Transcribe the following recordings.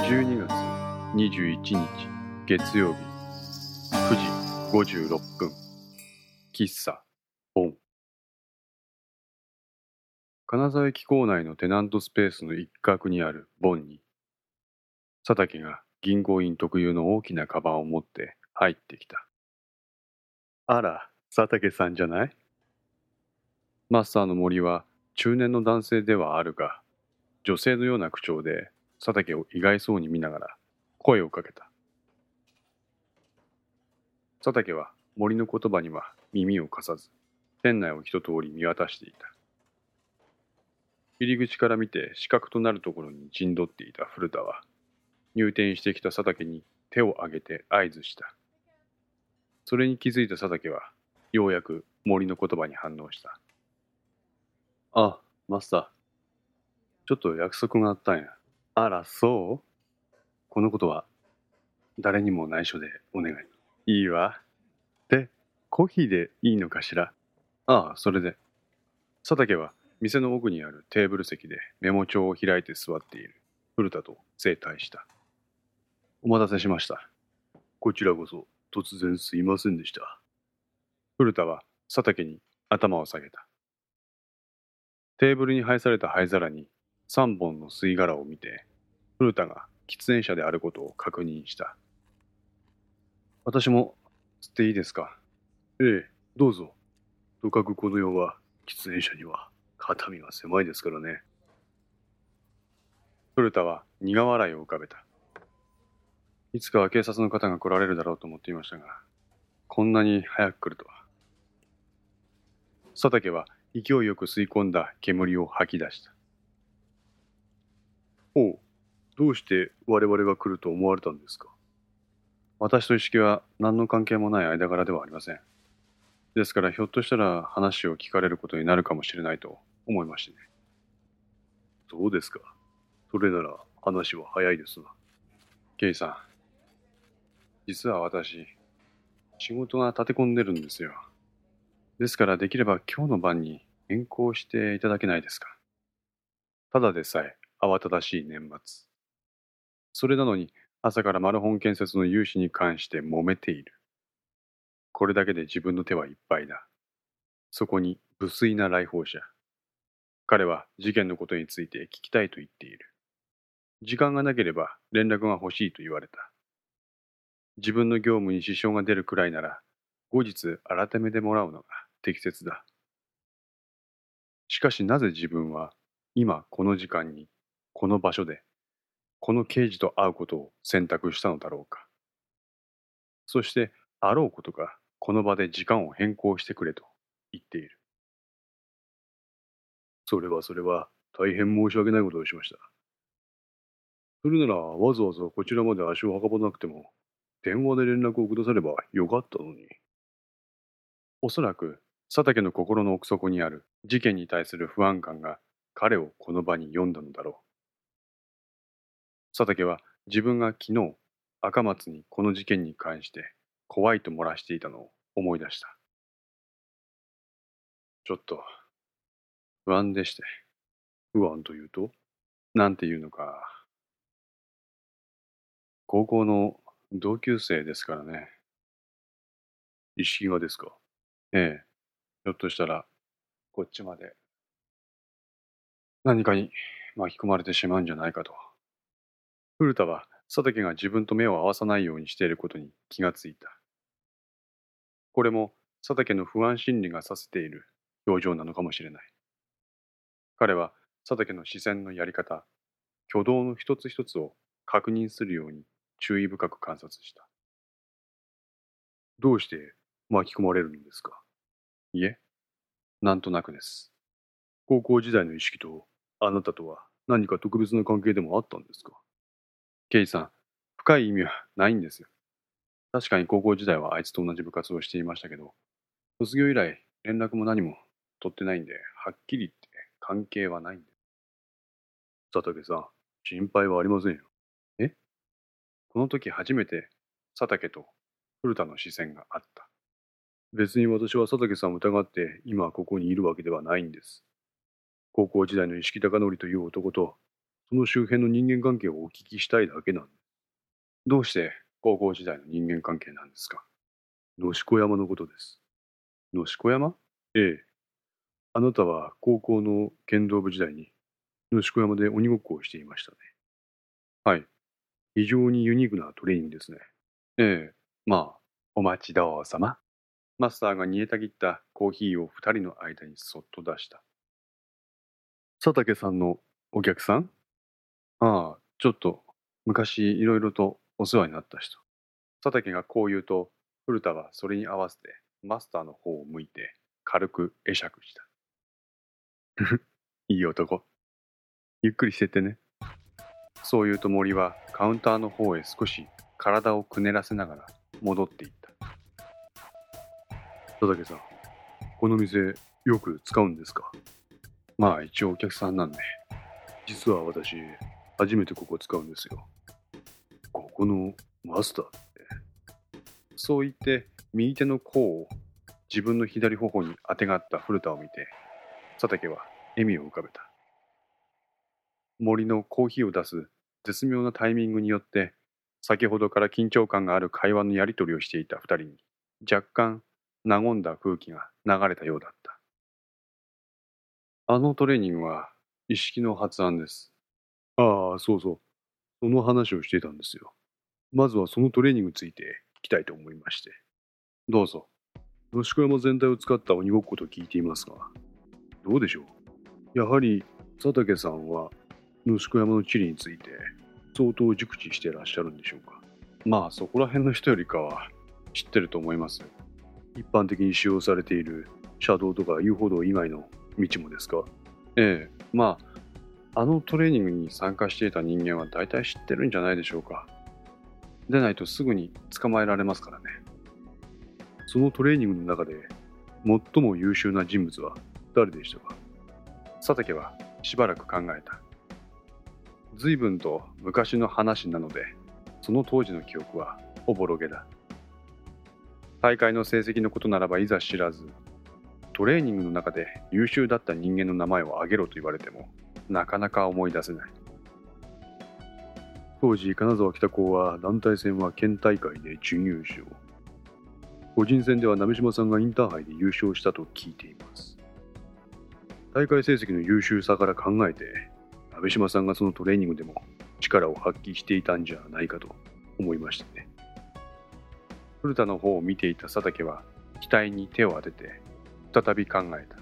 12月21日月曜日9時56分喫茶ボン。金沢駅構内のテナントスペースの一角にあるボンに、佐竹が銀行員特有の大きなカバンを持って入ってきた。あら、佐竹さんじゃない？マスターの森は中年の男性ではあるが、女性のような口調で佐竹を意外そうに見ながら声をかけた。佐竹は森の言葉には耳を貸さず、店内を一通り見渡していた。入り口から見て死角となるところに陣取っていた古田は、入店してきた佐竹に手を挙げて合図した。それに気づいた佐竹は、ようやく森の言葉に反応した。あ、マスター。ちょっと約束があったんや。あら、そう？このことは、誰にも内緒でお願い。いいわ。で、コーヒーでいいのかしら？ああ、それで。佐竹は店の奥にあるテーブル席でメモ帳を開いて座っている古田と正対した。お待たせしました。こちらこそ突然すいませんでした。古田は佐竹に頭を下げた。テーブルに配された灰皿に3本の吸い殻を見て、古田が喫煙者であることを確認した。私も吸っていいですか？ええ、どうぞ。とかくこの世は喫煙者には肩身が狭いですからね。古田は苦笑いを浮かべた。いつかは警察の方が来られるだろうと思っていましたが、こんなに早く来るとは。佐竹は勢いよく吸い込んだ煙を吐き出した。おう、どうして我々が来ると思われたんですか？私と一色は何の関係もない間柄ではありません。ですからひょっとしたら話を聞かれることになるかもしれないと思いましてね。そうですか。それなら話は早いですな。ケイさん、実は私、仕事が立て込んでるんですよ。ですからできれば今日の晩に変更していただけないですか。ただでさえ慌ただしい年末。それなのに朝からマルホン建設の融資に関して揉めている。これだけで自分の手はいっぱいだ。そこに無粋な来訪者。彼は事件のことについて聞きたいと言っている。時間がなければ連絡が欲しいと言われた。自分の業務に支障が出るくらいなら、後日改めてもらうのが適切だ。しかしなぜ自分は今この時間に、この場所で、この刑事と会うことを選択したのだろうか。そして、あろうことか、この場で時間を変更してくれと言っている。それは、大変申し訳ないことをしました。それなら、わざわざこちらまで足を運ばなくても、電話で連絡をくださればよかったのに。おそらく、佐竹の心の奥底にある事件に対する不安感が彼をこの場に呼んだのだろう。佐竹は自分が昨日、赤松にこの事件に関して怖いと漏らしていたのを思い出した。ちょっと不安でして。不安というと、なんていうのか、高校の同級生ですからね。意識がですか？ええ、ひょっとしたらこっちまで何かに巻き込まれてしまうんじゃないかと。古田は佐竹が自分と目を合わさないようにしていることに気がついた。これも佐竹の不安心理がさせている表情なのかもしれない。彼は佐竹の視線のやり方、挙動の一つ一つを確認するように注意深く観察した。どうして巻き込まれるんですか？いえ、なんとなくです。高校時代の意識とあなたとは何か特別な関係でもあったんですか？ケイさん、深い意味はないんですよ。確かに高校時代はあいつと同じ部活をしていましたけど、卒業以来連絡も何も取ってないんで、はっきり言って関係はないんです。佐竹さん、心配はありませんよ。え？この時初めて佐竹と古田の視線があった。別に私は佐竹さんを疑って今ここにいるわけではないんです。高校時代の石木貴則という男とその周辺の人間関係をお聞きしたいだけなんです。どうして高校時代の人間関係なんですか？野子山のことです。野子山？ええ。あなたは高校の剣道部時代に野子山で鬼ごっこをしていましたね。はい。非常にユニークなトレーニングですね。ええ。まあ、お待ちどうさま。マスターが煮えたぎったコーヒーを二人の間にそっと出した。佐竹さんのお客さん？ああ、ちょっと昔いろいろとお世話になった人。佐竹がこう言うと、古田はそれに合わせてマスターの方を向いて軽く会釈した。いい男。ゆっくりしてってね。そう言うと森はカウンターの方へ少し体をくねらせながら戻っていった。佐竹さん、この店よく使うんですか？まあ一応お客さんなんで。実は私、初めてここ使うんですよ。ここのマスターって。そう言って右手の甲を自分の左頬にあてがった古田を見て、佐竹は笑みを浮かべた。森のコーヒーを出す絶妙なタイミングによって、先ほどから緊張感がある会話のやり取りをしていた二人に、若干和んだ空気が流れたようだった。あのトレーニングは意識の発案です。ああ、そうそう。その話をしていたんですよ。まずはそのトレーニングについて聞きたいと思いまして。どうぞ。野宿山全体を使った鬼ごっこと聞いていますが、どうでしょう。やはり佐竹さんは野宿山の地理について相当熟知してらっしゃるんでしょうか。まあそこら辺の人よりかは知ってると思います。一般的に使用されている車道とか遊歩道以外の道もですか？ええ、まああのトレーニングに参加していた人間は大体知ってるんじゃないでしょうか。でないとすぐに捕まえられますからね。そのトレーニングの中で最も優秀な人物は誰でしたか？佐竹はしばらく考えた。随分と昔の話なので、その当時の記憶はおぼろげだ。大会の成績のことならばいざ知らず、トレーニングの中で優秀だった人間の名前を挙げろと言われても、なかなか思い出せない。当時、金沢北高は団体戦は県大会で準優勝。個人戦では鍋島さんがインターハイで優勝したと聞いています。大会成績の優秀さから考えて、鍋島さんがそのトレーニングでも力を発揮していたんじゃないかと思いましてね。古田の方を見ていた佐竹は額に手を当てて再び考えた。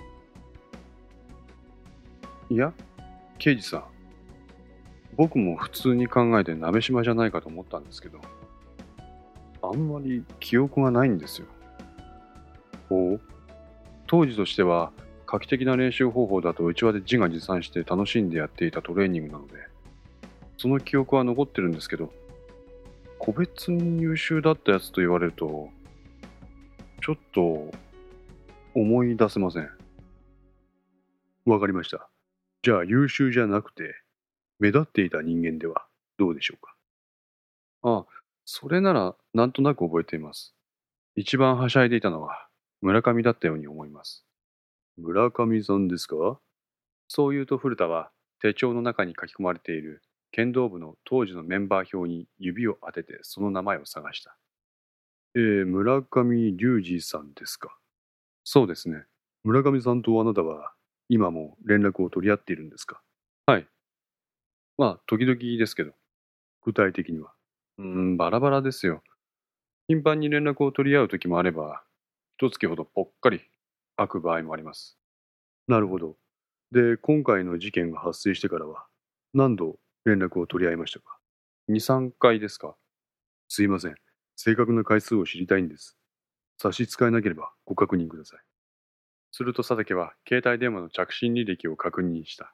いや、刑事さん、僕も普通に考えて鍋島じゃないかと思ったんですけど、あんまり記憶がないんですよ。ほう。当時としては画期的な練習方法だと内輪で自画自賛して楽しんでやっていたトレーニングなので、その記憶は残ってるんですけど、個別に優秀だったやつと言われると、ちょっと思い出せません。わかりました。じゃあ優秀じゃなくて目立っていた人間ではどうでしょうか。ああ、それならなんとなく覚えています。一番はしゃいでいたのは村上だったように思います。村上さんですか？そう言うと古田は手帳の中に書き込まれている剣道部の当時のメンバー表に指を当ててその名前を探した。村上隆二さんですか？そうですね。村上さんとあなたは今も連絡を取り合っているんですか？はい。まあ、時々ですけど。具体的には。バラバラですよ。頻繁に連絡を取り合う時もあれば、一月ほどぽっかり開く場合もあります。なるほど。で、今回の事件が発生してからは、何度連絡を取り合いましたか？2、3回ですか？すいません。正確な回数を知りたいんです。差し支えなければご確認ください。すると佐竹は携帯電話の着信履歴を確認した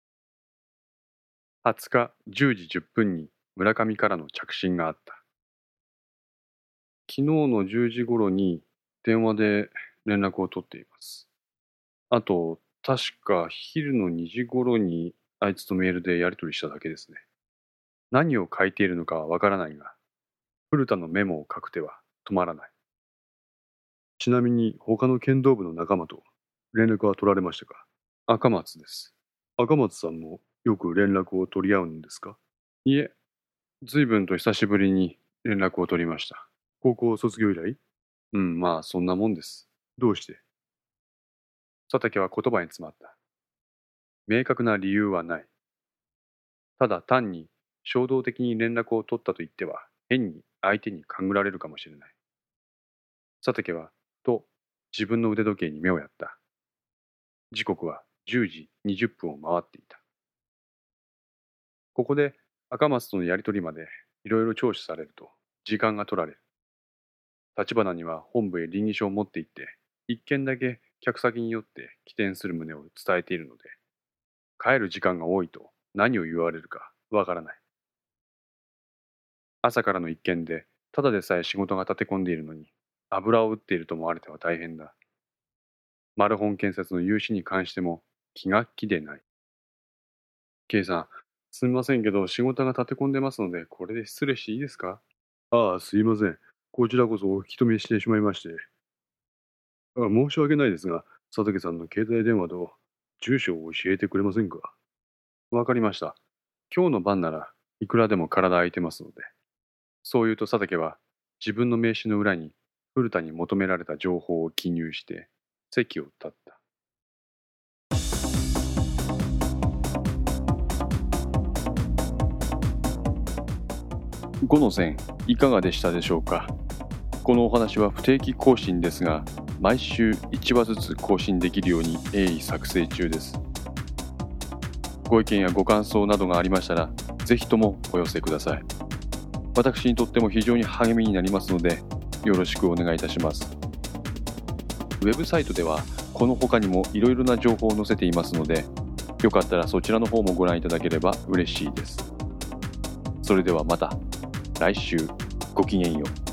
。20日10時10分に村上からの着信があった。昨日の10時頃に電話で連絡を取っています。あと、確か昼の2時頃にあいつとメールでやり取りしただけですね。何を書いているのかはわからないが、古田のメモを書く手は止まらない。ちなみに他の剣道部の仲間と連絡は取られましたか？赤松です。赤松さんもよく連絡を取り合うんですか？いえ、随分と久しぶりに連絡を取りました。高校卒業以来？まあそんなもんです。どうして？佐竹は言葉に詰まった。明確な理由はない。ただ単に衝動的に連絡を取ったと言っては変に相手に勘ぐられるかもしれない。佐竹は自分の腕時計に目をやった。時刻は10時20分を回っていた。ここで赤松とのやりとりまでいろいろ聴取されると時間が取られる。立花には本部へ稟議書を持って行って一件だけ客先によって起点する旨を伝えているので、帰る時間が多いと何を言われるかわからない。朝からの一件でただでさえ仕事が立て込んでいるのに油を打っていると思われては大変だ。マルホン建設の融資に関しても気が気でない。K さん、すみませんけど仕事が立て込んでますのでこれで失礼していいですか？ああ、すいません。こちらこそお引き止めしてしまいまして。申し訳ないですが、佐竹さんの携帯電話と住所を教えてくれませんか？わかりました。今日の晩ならいくらでも体空いてますので。そう言うと佐竹は自分の名刺の裏に古田に求められた情報を記入して席を立った。5の線いかがでしたでしょうか。このお話は不定期更新ですが、毎週1話ずつ更新できるように鋭意作成中です。ご意見やご感想などがありましたら、ぜひともお寄せください。私にとっても非常に励みになりますので、よろしくお願いいたします。ウェブサイトではこの他にもいろいろな情報を載せていますので、よかったらそちらの方もご覧いただければ嬉しいです。それではまた来週、ごきげんよう。